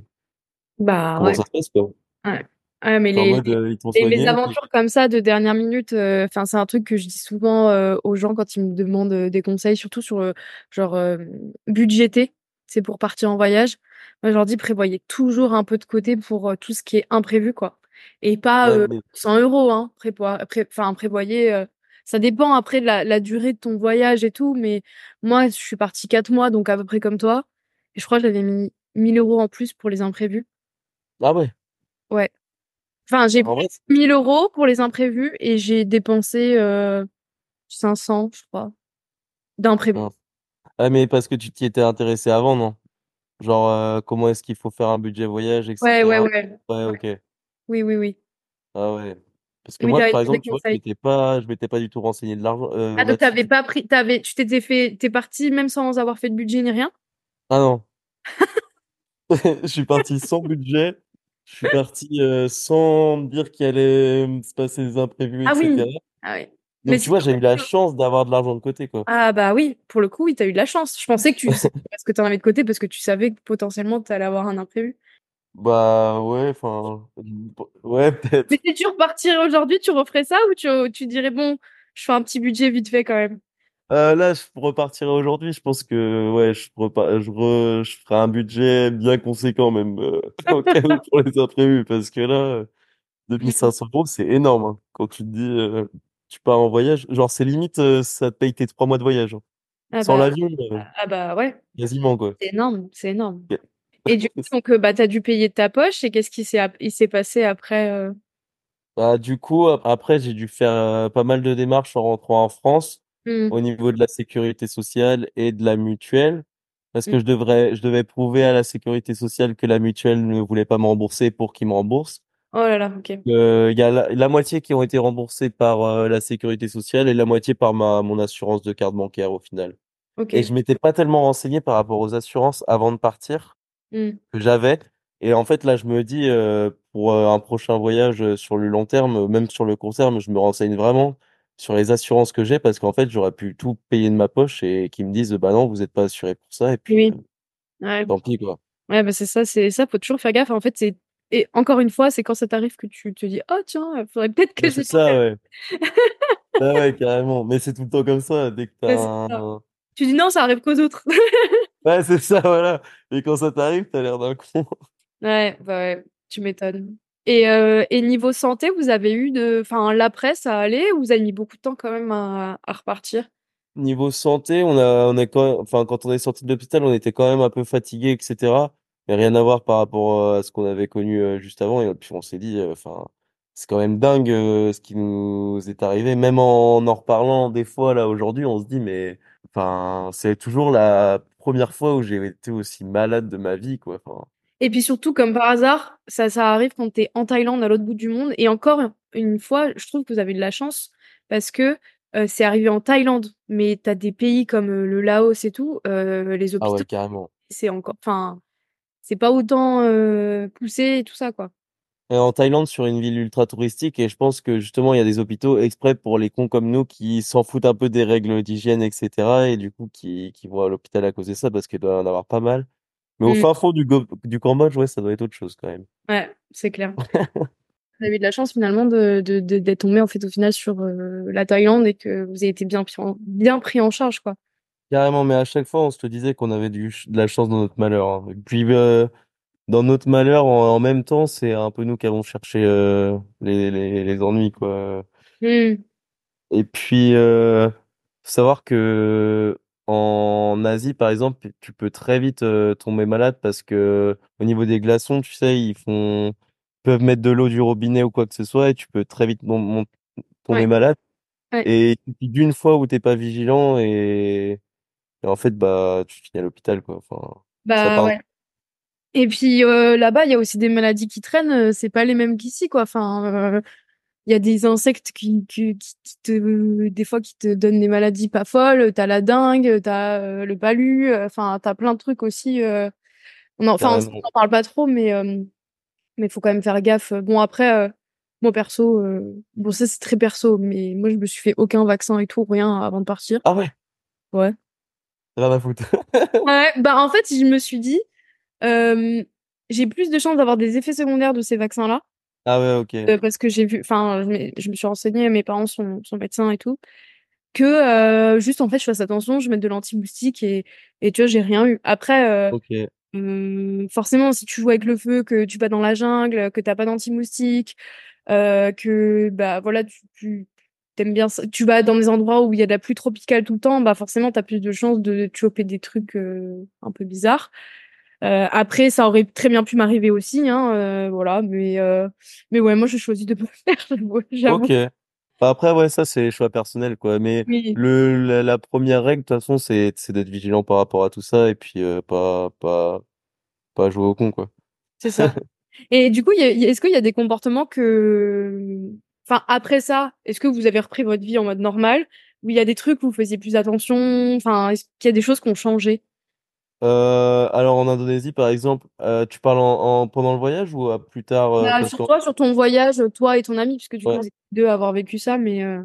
Bah comment ouais. ça se passe, quoi. Ouais. Ouais, mais C'est en les, mode, les, euh, ils t'ont les soigné, puis. mésaventures comme ça de dernière minute, euh, enfin, c'est un truc que je dis souvent euh, aux gens quand ils me demandent euh, des conseils, surtout sur euh, genre euh, budgéter, c'est pour partir en voyage. Moi, je leur dis prévoyez toujours un peu de côté pour euh, tout ce qui est imprévu, quoi. Et pas Ouais, euh, mais cent euros, hein. Prépo- pré- Enfin, prévoyez. euh, ça dépend après de la, la durée de ton voyage et tout, mais moi, je suis partie quatre mois, donc à peu près comme toi. Et je crois que j'avais mis mille euros en plus pour les imprévus. ah ouais. Ouais. Enfin, j'ai En pris vrai, mille euros pour les imprévus et j'ai dépensé euh, cinq cents, je crois, d'imprévus. non. Ah, mais parce que tu t'y étais intéressé avant, non? Genre, euh, comment est-ce qu'il faut faire un budget voyage, Ouais, ouais, et cetera. ouais. Ouais, Ouais. ok. Oui, oui, oui. Ah ouais. Parce que Oui, moi, j'avais par demandé exemple, tu vois, je conseil. m'étais pas, je m'étais pas du tout renseigné de l'argent, euh, Ah, donc là-dessus. t'avais pas pris, t'avais, tu t'étais fait, t'es parti même sans avoir fait de budget ni rien? Ah non. Je suis parti sans budget. Je suis parti euh, sans me dire qu'il allait me se passer des imprévus, Ah oui. et cetera. Ah ouais. Mais Donc, tu sinon, vois, j'ai eu la chance d'avoir de l'argent de côté, quoi. ah bah oui, pour le coup, oui, t'as eu de la chance. Je pensais que tu faisais parce que t'en avais de côté parce que tu savais que potentiellement t'allais avoir un imprévu. Bah ouais, enfin, ouais, Mais peut-être. si tu repartirais aujourd'hui, tu referais ça ou tu, tu dirais bon, je fais un petit budget vite fait quand même. Euh, là, je repartirai aujourd'hui. Je pense que ouais, je, repa- je, re- je ferai un budget bien conséquent même euh, au cas où pour les imprévus parce que là, euh, Mm. deux mille cinq cents euros, c'est énorme hein. Quand tu te dis euh, tu pars en voyage, genre c'est limite euh, ça te paye tes trois mois de voyage hein. Ah Sans bah, l'avion, euh, ah bah ouais. quasiment quoi. C'est énorme, c'est énorme. Ok. Et du coup, donc, euh, bah, t'as dû payer de ta poche et qu'est-ce qui s'est ap- il s'est passé après euh, Bah, du coup, ap- après, j'ai dû faire euh, pas mal de démarches en rentrant en France hmm, au niveau de la sécurité sociale et de la mutuelle, parce hmm. que je devrais, je devais prouver à la sécurité sociale que la mutuelle ne voulait pas me rembourser pour qu'ils me remboursent. Oh là là, ok. Euh, Il y a la, la moitié qui ont été remboursés par euh, la sécurité sociale et la moitié par ma, mon assurance de carte bancaire au final. Et Ok. je m'étais pas tellement renseigné par rapport aux assurances avant de partir Hmm. que j'avais. Et en fait, là, je me dis, euh, pour euh, un prochain voyage euh, sur le long terme, euh, même sur le court terme, je me renseigne vraiment sur les assurances que j'ai parce qu'en fait, j'aurais pu tout payer de ma poche et qu'ils me disent, bah non, vous n'êtes pas assuré pour ça. Et puis, Oui. euh, Ouais. tant pis, quoi. Ouais, bah c'est ça, c'est ça, faut toujours faire gaffe. En fait, c'est et encore une fois, c'est quand ça t'arrive que tu te dis, oh tiens, il faudrait peut-être que Bah, je. c'est ça, ouais. Ah ouais, carrément. Mais c'est tout le temps comme ça. Dès que t'as Ouais, c'est ça. un... Tu dis non, ça arrive qu'aux autres. Ouais, c'est ça, voilà. Et quand ça t'arrive, t'as l'air d'un con. Ouais, bah ouais, tu m'étonnes. Et, euh, et niveau santé, vous avez eu de, enfin, l'après, ça allait ou vous avez mis beaucoup de temps quand même à, à repartir? Niveau santé, on a, on a quand même, enfin, quand on est sorti de l'hôpital, on était quand même un peu fatigué, et cetera. Mais rien à voir par rapport euh, à ce qu'on avait connu euh, juste avant. Et puis on s'est dit, euh, enfin, c'est quand même dingue euh, ce qui nous est arrivé. Même en en reparlant des fois là aujourd'hui, on se dit, mais enfin, c'est toujours la première fois où j'ai été aussi malade de ma vie, quoi. Enfin, Et puis surtout, comme par hasard, ça, ça arrive quand t'es en Thaïlande, à l'autre bout du monde. Et encore une fois, je trouve que vous avez de la chance parce que euh, c'est arrivé en Thaïlande. Mais t'as des pays comme euh, le Laos et tout, euh, les Ah hôpitaux, ouais, carrément. c'est encore, enfin, c'est pas autant euh, poussé et tout ça, quoi. Et en Thaïlande, sur une ville ultra touristique, et je pense que justement, il y a des hôpitaux exprès pour les cons comme nous qui s'en foutent un peu des règles d'hygiène, et cetera. Et du coup, qui, qui vont à l'hôpital à cause de ça parce qu'il doit en avoir pas mal. Mais au Mm. fin fond du, Go- du Cambodge, ouais, ça doit être autre chose quand même. Ouais, c'est clair. Vous avez de la chance finalement de, de, de- d'être tombé en fait au final sur euh, la Thaïlande et que vous avez été bien pris en, bien pris en charge, quoi. Carrément, mais à chaque fois, on se le disait qu'on avait du, de la chance dans notre malheur, hein. Et puis, euh, dans notre malheur, en, en même temps, c'est un peu nous qui avons cherché euh, les, les, les ennuis, quoi. Mm. Et puis, euh, faut savoir que en Asie, par exemple, tu peux très vite euh, tomber malade parce que au niveau des glaçons, tu sais, ils font peuvent mettre de l'eau du robinet ou quoi que ce soit et tu peux très vite mon- mon- tomber Ouais, malade. ouais. Et il suffit d'une fois où t'es pas vigilant et, et en fait, bah, tu finis à l'hôpital, quoi. Enfin, ça Bah part. ouais. Et puis euh, là-bas, il y a aussi des maladies qui traînent, euh, c'est pas les mêmes qu'ici, quoi. Enfin, euh, il y a des insectes qui, qui, qui qui te, des fois, qui te donnent des maladies pas folles. T'as la dengue, t'as euh, le palu, euh, enfin, t'as plein de trucs aussi. euh, On en, enfin, on Carrément. s'en parle pas trop, mais euh, mais faut quand même faire gaffe. Bon, après, euh, moi perso, euh, bon, ça c'est très perso, mais moi je me suis fait aucun vaccin et tout, rien avant de partir. Ah ouais, Ouais. rien à foutre. Ouais, bah en fait, je me suis dit, euh, j'ai plus de chances d'avoir des effets secondaires de ces vaccins-là. Ah ouais, ok. Euh, parce que j'ai vu, enfin, je, me je me suis renseignée, mes parents sont, sont médecins et tout, que euh, juste en fait, je fasse attention, je mette de l'anti-moustique et, et tu vois, j'ai rien eu. Après, euh, Ok. hum, forcément, si tu joues avec le feu, que tu vas dans la jungle, que t'as pas d'anti-moustique, euh, que bah voilà, tu, tu t'aimes bien ça, tu vas dans des endroits où il y a de la pluie tropicale tout le temps, bah forcément, t'as plus de chances de te choper des trucs euh, un peu bizarres. Euh, après, ça aurait très bien pu m'arriver aussi, hein, euh, voilà, mais euh, mais ouais, moi j'ai choisi de pas le faire, j'avoue. j'avoue. Ok. Bah après, ouais, ça, c'est choix personnel, quoi. Mais Oui, le, la, la première règle, de toute façon, c'est, c'est d'être vigilant par rapport à tout ça et puis euh, pas, pas, pas jouer au con, quoi. c'est ça. Et du coup, il y a- il y a- est-ce qu'il y a des comportements que, enfin, après ça, est-ce que vous avez repris votre vie en mode normal, ou il y a des trucs où vous faisiez plus attention, enfin, est-ce qu'il y a des choses qui ont changé? Euh, alors, en Indonésie, par exemple, euh, tu parles en, en- pendant le voyage ou à plus tard, euh, Bah, parce sur que, toi, sur ton voyage, toi et ton ami, puisque du coup, ouais. vous êtes deux à avoir vécu ça, mais euh,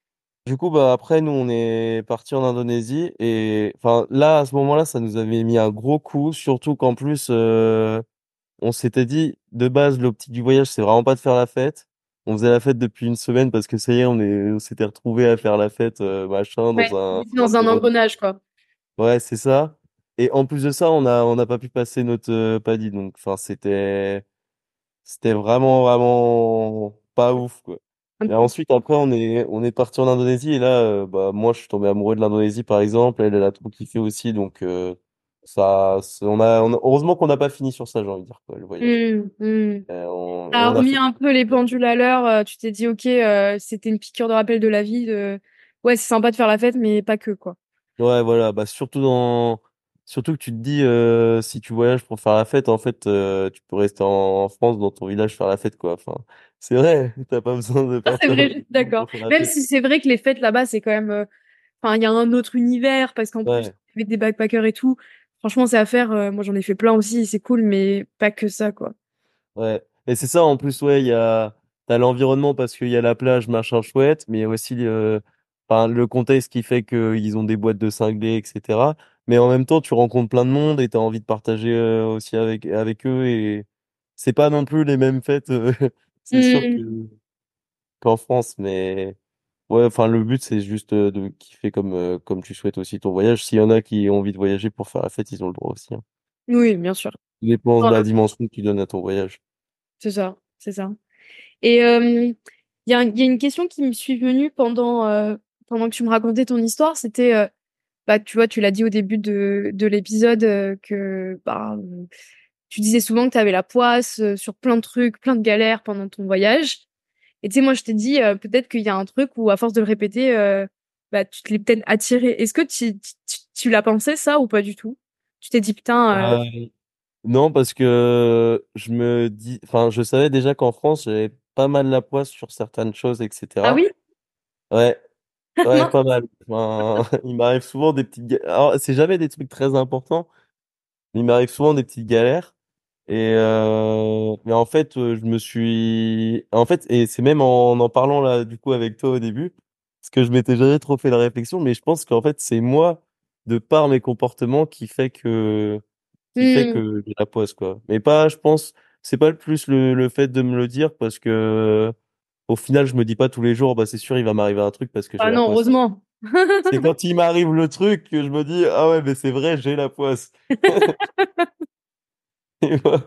Du coup, bah, après, nous, on est parti en Indonésie et, enfin, là, à ce moment-là, ça nous avait mis un gros coup, surtout qu'en plus, euh, on s'était dit, de base, l'optique du voyage, c'est vraiment pas de faire la fête. On faisait la fête depuis une semaine parce que ça y est, on est, on s'était retrouvés à faire la fête, euh, machin, ouais, dans vous un étiez sorte dans de un road. engrenage, quoi. Ouais, c'est ça. Et en plus de ça, on a, on n'a pas pu passer notre euh, paddy. Donc, enfin, c'était, c'était vraiment, vraiment pas ouf, quoi. Et ensuite, après, on est, on est parti en Indonésie et là, euh, bah, moi, je suis tombé amoureux de l'Indonésie, par exemple. Elle, elle a trop kiffé aussi. Donc, euh, ça, c'est- on a, on a- heureusement qu'on n'a pas fini sur ça, j'ai envie de dire, quoi, le voyage. Hmm, hmm. Euh, on, et T'as on a remis fait. un peu les pendules à l'heure, euh, tu t'es dit, ok, euh, c'était une piqûre de rappel de la vie, de... ouais, c'est sympa de faire la fête, mais pas que, quoi. Ouais, voilà, bah surtout dans surtout que tu te dis euh, si tu voyages pour faire la fête, en fait, euh, tu peux rester en, en France dans ton village faire la fête quoi. Enfin, c'est vrai, t'as pas besoin de Ça, c'est partir dans vrai, je le suis monde d'accord. pour faire la Même fête. si c'est vrai que les fêtes là-bas, c'est quand même, euh, enfin, il y a un autre univers, parce qu'en plus, Ouais, avec des backpackers et tout, franchement, c'est à faire. euh, moi, j'en ai fait plein aussi, c'est cool, mais pas que ça, quoi. ouais. Et c'est ça en plus, ouais, il y a t'as l'environnement parce qu'il y a la plage, machin chouette, mais il y a aussi euh, enfin, le contexte qui fait qu'ils ont des boîtes de cinglés, et cetera. Mais en même temps, tu rencontres plein de monde et t'as envie de partager euh, aussi avec avec eux et c'est pas non plus les mêmes fêtes. euh, c'est sûr que Hmm. qu'en France, mais ouais, enfin le but c'est juste euh, de kiffer comme euh, comme tu souhaites aussi ton voyage. S'il y en a qui ont envie de voyager pour faire la fête, ils ont le droit aussi, hein. Oui, bien sûr. Tout dépend de la Voilà, dimension que tu donnes à ton voyage. c'est ça, c'est ça. Et euh, il y a, un- il y a une question qui me suis venue pendant, euh, pendant que tu me racontais ton histoire, c'était, euh, bah, tu vois, tu l'as dit au début de, de l'épisode, euh, que bah, euh, tu disais souvent que tu avais la poisse euh, sur plein de trucs, plein de galères pendant ton voyage. Et tu sais, moi, je t'ai dit, euh, peut-être qu'il y a un truc où, à force de le répéter, euh, bah, tu te l'es peut-être attiré. Est-ce que tu, tu, tu- tu l'as pensé, ça, ou pas du tout? Tu t'es dit, putain, euh, Euh, Non, parce que je me dis, enfin, je savais déjà qu'en France, j'avais pas mal la poisse sur certaines choses, Ah et cetera. oui? Ouais, ouais, Mince. pas mal. Enfin, il m'arrive souvent des petites, ga- alors, c'est jamais des trucs très importants, mais il m'arrive souvent des petites galères. Et euh, mais en fait, euh, je me suis, en fait, et c'est même en en parlant là, du coup, avec toi au début, parce que je m'étais jamais trop fait la réflexion, mais je pense qu'en fait, c'est moi, de par mes comportements, qui fait que, qui fait Hmm. que j'ai la poisse, quoi. Mais pas, je pense, c'est pas le plus le, le fait de me le dire, parce que au final, je me dis pas tous les jours, bah c'est sûr, il va m'arriver un truc parce que j'ai Ah la non, poisse. heureusement. C'est quand il m'arrive le truc que je me dis, ah ouais, mais c'est vrai, j'ai la poisse. Et voilà.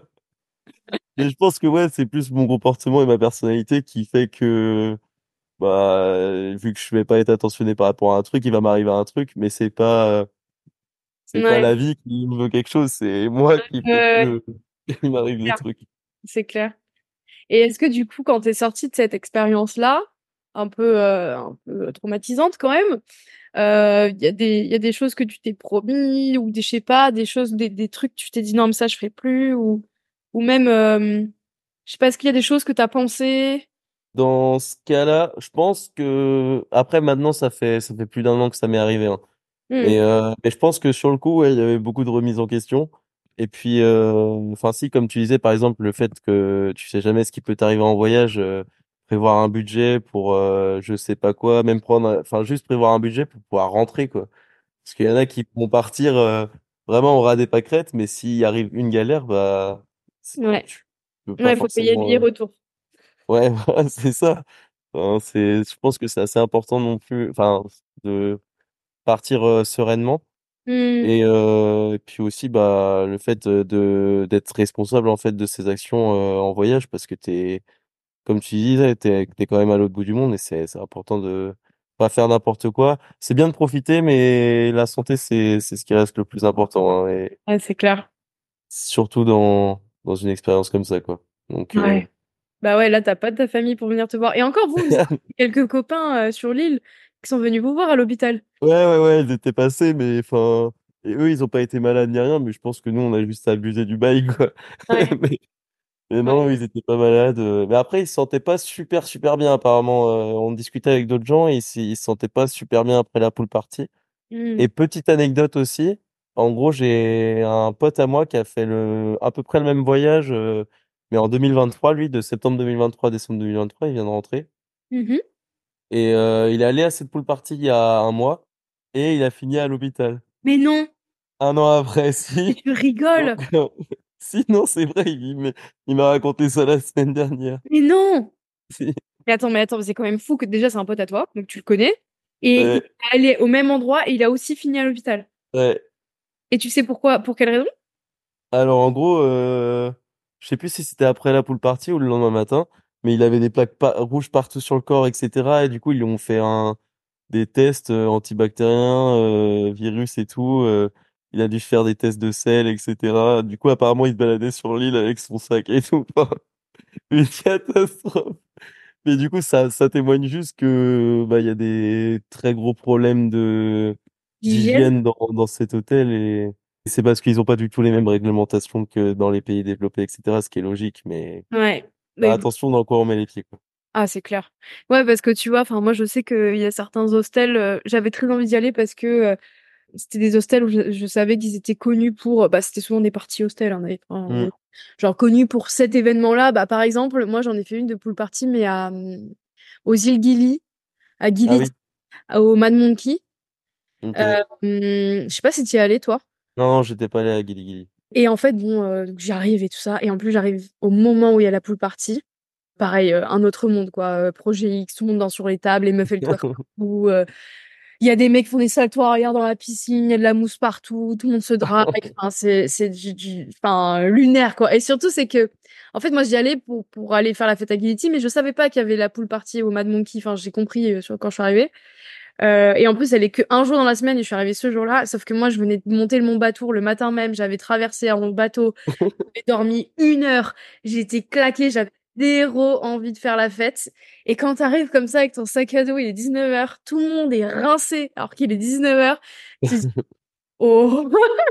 Mais je pense que ouais, c'est plus mon comportement et ma personnalité qui fait que bah euh, vu que je vais pas être attentionné par rapport à un truc, il va m'arriver un truc, mais c'est pas euh, c'est pas Ouais. la vie qui me veut quelque chose, c'est moi qui Ouais, fait ouais, que il m'arrive les clair. trucs. C'est clair. Et est-ce que du coup, quand t'es sortie de cette expérience-là, un peu, euh, un peu traumatisante quand même, euh, il y a des, il y a des choses que tu t'es promis ou des, je sais pas, des choses, des, des trucs que tu t'es dit non, mais ça je ferai plus ou, ou même, euh, je sais pas, est-ce qu'il y a des choses que t'as pensé? Dans ce cas-là, je pense que après maintenant ça fait ça fait plus d'un an que ça m'est arrivé, hein. Hmm. Mais, euh, mais je pense que sur le coup, ouais, il y avait beaucoup de remises en question. Et puis, euh, enfin, si, comme tu disais, par exemple, le fait que tu sais jamais ce qui peut t'arriver en voyage, euh, prévoir un budget pour, euh, je sais pas quoi, même prendre, enfin, juste prévoir un budget pour pouvoir rentrer, quoi. Parce qu'il y en a qui vont partir, euh, vraiment au ras des pâquerettes, mais s'il arrive une galère, bah, c'est- Ouais. tu peux pas Ouais, il faut payer le forcément, billet euh, retour. ouais, voilà, c'est ça. Enfin, c'est, je pense que c'est assez important non plus, enfin, de partir, euh, sereinement. Hmm. Et, euh, et puis aussi bah le fait de de- d'être responsable en fait de ses actions euh, en voyage parce que t'es comme tu disais t'es t'es quand même à l'autre bout du monde et c'est c'est important de pas faire n'importe quoi. C'est bien de profiter mais la santé c'est c'est ce qui reste le plus important, hein, et Ouais, c'est clair. surtout dans dans une expérience comme ça quoi. Donc euh... Ouais. Bah ouais, là, t'as pas de ta famille pour venir te voir. Et encore, vous, vous avez quelques copains euh, sur l'île qui sont venus vous voir à l'hôpital. ouais ouais ouais ils étaient passés mais enfin et eux ils ont pas été malades ni rien mais je pense que nous on a juste abusé du bail quoi. Ouais. Mais Mais non, Ouais. ils étaient pas malades. euh. Mais après, ils se sentaient pas super, super bien, apparemment. Euh, on discutait avec d'autres gens et ils, s- ils se sentaient pas super bien après la pool party. Hmm. Et petite anecdote aussi. En gros, j'ai un pote à moi qui a fait le, à peu près le même voyage, euh, mais en deux mille vingt-trois, lui, de septembre deux mille vingt-trois à décembre deux mille vingt-trois, il vient de rentrer. Mhm. Et euh, il est allé à cette pool party il y a un mois et il a fini à l'hôpital. Mais non, Un an après, mais si. tu Donc, rigoles. si, non, c'est vrai, il, m- il m'a raconté ça la semaine dernière. Mais non. Si. Mais attends, mais attends, c'est quand même fou que déjà c'est un pote à toi, donc tu le connais. Et il Ouais, est allé au même endroit et il a aussi fini à l'hôpital. ouais. Et tu sais pourquoi, pour quelle raison? Alors en gros, euh, je sais plus si c'était après la pool party ou le lendemain matin, mais il avait des plaques pa- rouges partout sur le corps, et cetera. Et du coup, ils lui ont fait un, des tests euh, antibactériens, euh, virus et tout. euh, il a dû faire des tests de sel, et cetera. Du coup, apparemment, il se baladait sur l'île avec son sac et tout. Enfin, une catastrophe. Mais du coup, ça, ça témoigne juste que bah, il y a des très gros problèmes de L'hygiène? d'hygiène dans, dans cet hôtel et c'est parce qu'ils ont pas du tout les mêmes réglementations que dans les pays développés, et cetera. Ce qui est logique, mais Ouais. bah, Mais attention dans quoi on met les pieds, quoi. ah, c'est clair. Ouais, parce que tu vois, enfin, moi, je sais qu'il y a certains hostels, euh, j'avais très envie d'y aller parce que euh, c'était des hostels où je, je savais qu'ils étaient connus pour, bah, c'était souvent des parties hostels, hein, d'ailleurs. Hmm. Enfin, genre connus pour cet événement-là. Bah, par exemple, moi, j'en ai fait une de pool party, mais à, hum, aux îles Gili, à Ah Gili, oui, au Mad Monkey. ok. Euh, hum, je sais pas si tu y es allé, toi. Non, non, j'étais pas allé à Gili Gili. Et en fait, bon, euh, donc j'arrive et tout ça. Et en plus, j'arrive au moment où il y a la pool party. Pareil, euh, un autre monde, quoi. Euh, Projet X, tout le monde danse sur les tables, les meufs et le twerk partout. euh, Il y a des mecs qui font des saltoirs arrière dans la piscine, il y a de la mousse partout, tout le monde se drague. Enfin, c'est, c'est du, du- enfin, lunaire, quoi. Et surtout, c'est que, en fait, moi, j'y allais pour, pour aller faire la fête à Gility, mais je savais pas qu'il y avait la pool party au Mad Monkey. Enfin, j'ai compris euh, sur- quand je suis arrivée. Euh, et en plus, elle est que un jour dans la semaine et je suis arrivée ce jour-là. Sauf que moi, je venais de monter le Mont Batour le matin même. J'avais traversé en bateau. J'ai dormi une heure. J'étais claquée. J'avais zéro envie de faire la fête. Et quand t'arrives comme ça avec ton sac à dos, il est dix-neuf heures. Tout le monde est rincé alors qu'il est dix-neuf heures. Tu te dis, oh.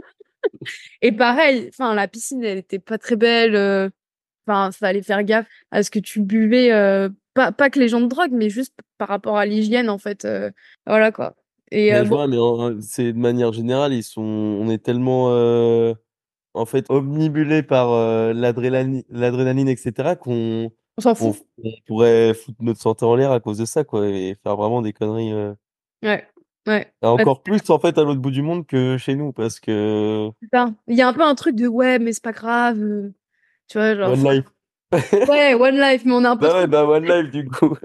Et pareil, enfin, la piscine, elle était pas très belle. euh, Enfin, fallait faire gaffe à ce que tu buvais. euh, pas, pas que les gens de drogue, mais juste par rapport à l'hygiène, en fait. euh, voilà, quoi. Et euh, Mais je bon, vois, mais en- c'est de manière générale, ils sont, on est tellement, euh, en fait, omnibulés par euh, l'adrénaline, l'adrénaline, et cetera, qu'on on s'en qu'on fout. on pourrait foutre notre santé en l'air à cause de ça, quoi, et faire vraiment des conneries. euh. Ouais, ouais. Et Bah, encore plus, en fait, à l'autre bout du monde que chez nous, parce que c'est ça. Il y a un peu un truc de ouais, mais c'est pas grave. euh, Tu vois, genre, One faut- Life. ouais, one life, mais on est un peu Bah trop. ouais, bah One Life, du coup.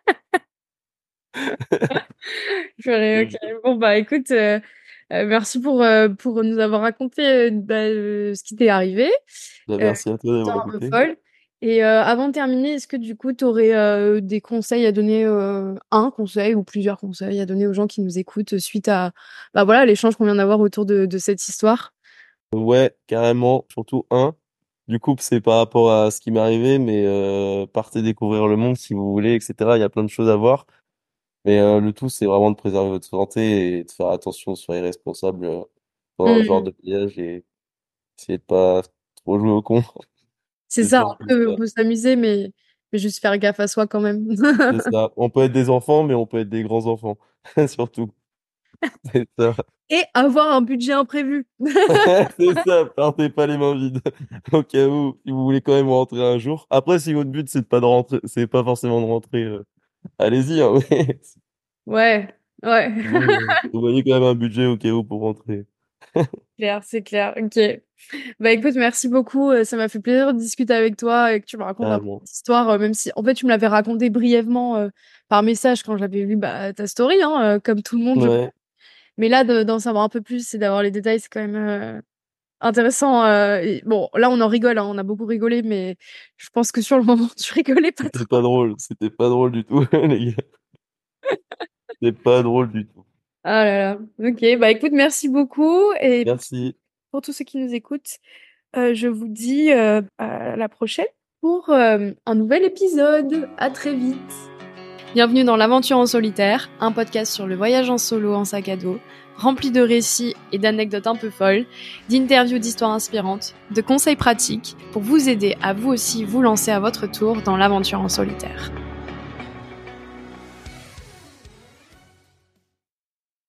Purée, ok. Bon, bah écoute, euh, euh, merci pour, euh, pour nous avoir raconté euh, bah, euh, ce qui t'est arrivé. Bah, Euh, merci à toi C'était d'avoir un peu écouté. folle. Et euh, avant de terminer, est-ce que du coup, tu aurais des conseils à donner, euh, un conseil ou plusieurs conseils à donner aux gens qui nous écoutent suite à bah, voilà, l'échange qu'on vient d'avoir autour de, de cette histoire? Ouais, carrément, surtout un. Du coup, c'est par rapport à ce qui m'est arrivé, mais euh, partez découvrir le monde si vous voulez, et cetera. Il y a plein de choses à voir. Mais euh, le tout, c'est vraiment de préserver votre santé et de faire attention, soyez responsable euh, pendant ce genre Hmm. de voyage et essayez de pas trop jouer au con. C'est C'est ça, on surtout peut, on ça. peut s'amuser, mais, mais juste faire gaffe à soi quand même. C'est ça. On peut être des enfants, mais on peut être des grands enfants. Surtout. C'est ça. Et avoir un budget imprévu. C'est ça. Partez pas les mains vides. Au cas où, si vous voulez quand même rentrer un jour. Après, si votre but, c'est de pas de rentrer, c'est pas forcément de rentrer, euh, allez-y, hein, mais Ouais, ouais. vous, euh, vous voyez quand même un budget au cas où pour rentrer. Clair, c'est clair. Ok. Bah écoute, merci beaucoup. euh, Ça m'a fait plaisir de discuter avec toi et que tu me racontes un peu Carrément. cette histoire, euh, même si en fait tu me l'avais raconté brièvement euh, par message quand j'avais vu bah, ta story, hein, euh, comme tout le monde. Je... Ouais. Mais là, de- d'en savoir un peu plus et d'avoir les détails, c'est quand même euh, intéressant. euh, et bon, là, on en rigole, hein, on a beaucoup rigolé, mais je pense que sur le moment, tu rigolais pas C'était trop. pas drôle. C'était pas drôle du tout, les gars. C'était pas drôle du tout. Ah là là. Ok, bah écoute, merci beaucoup. Et Merci. pour tous ceux qui nous écoutent, euh, je vous dis euh, à la prochaine pour euh, un nouvel épisode. À très vite. Bienvenue dans l'Aventure en solitaire, un podcast sur le voyage en solo en sac à dos, rempli de récits et d'anecdotes un peu folles, d'interviews d'histoires inspirantes, de conseils pratiques pour vous aider à vous aussi vous lancer à votre tour dans l'aventure en solitaire.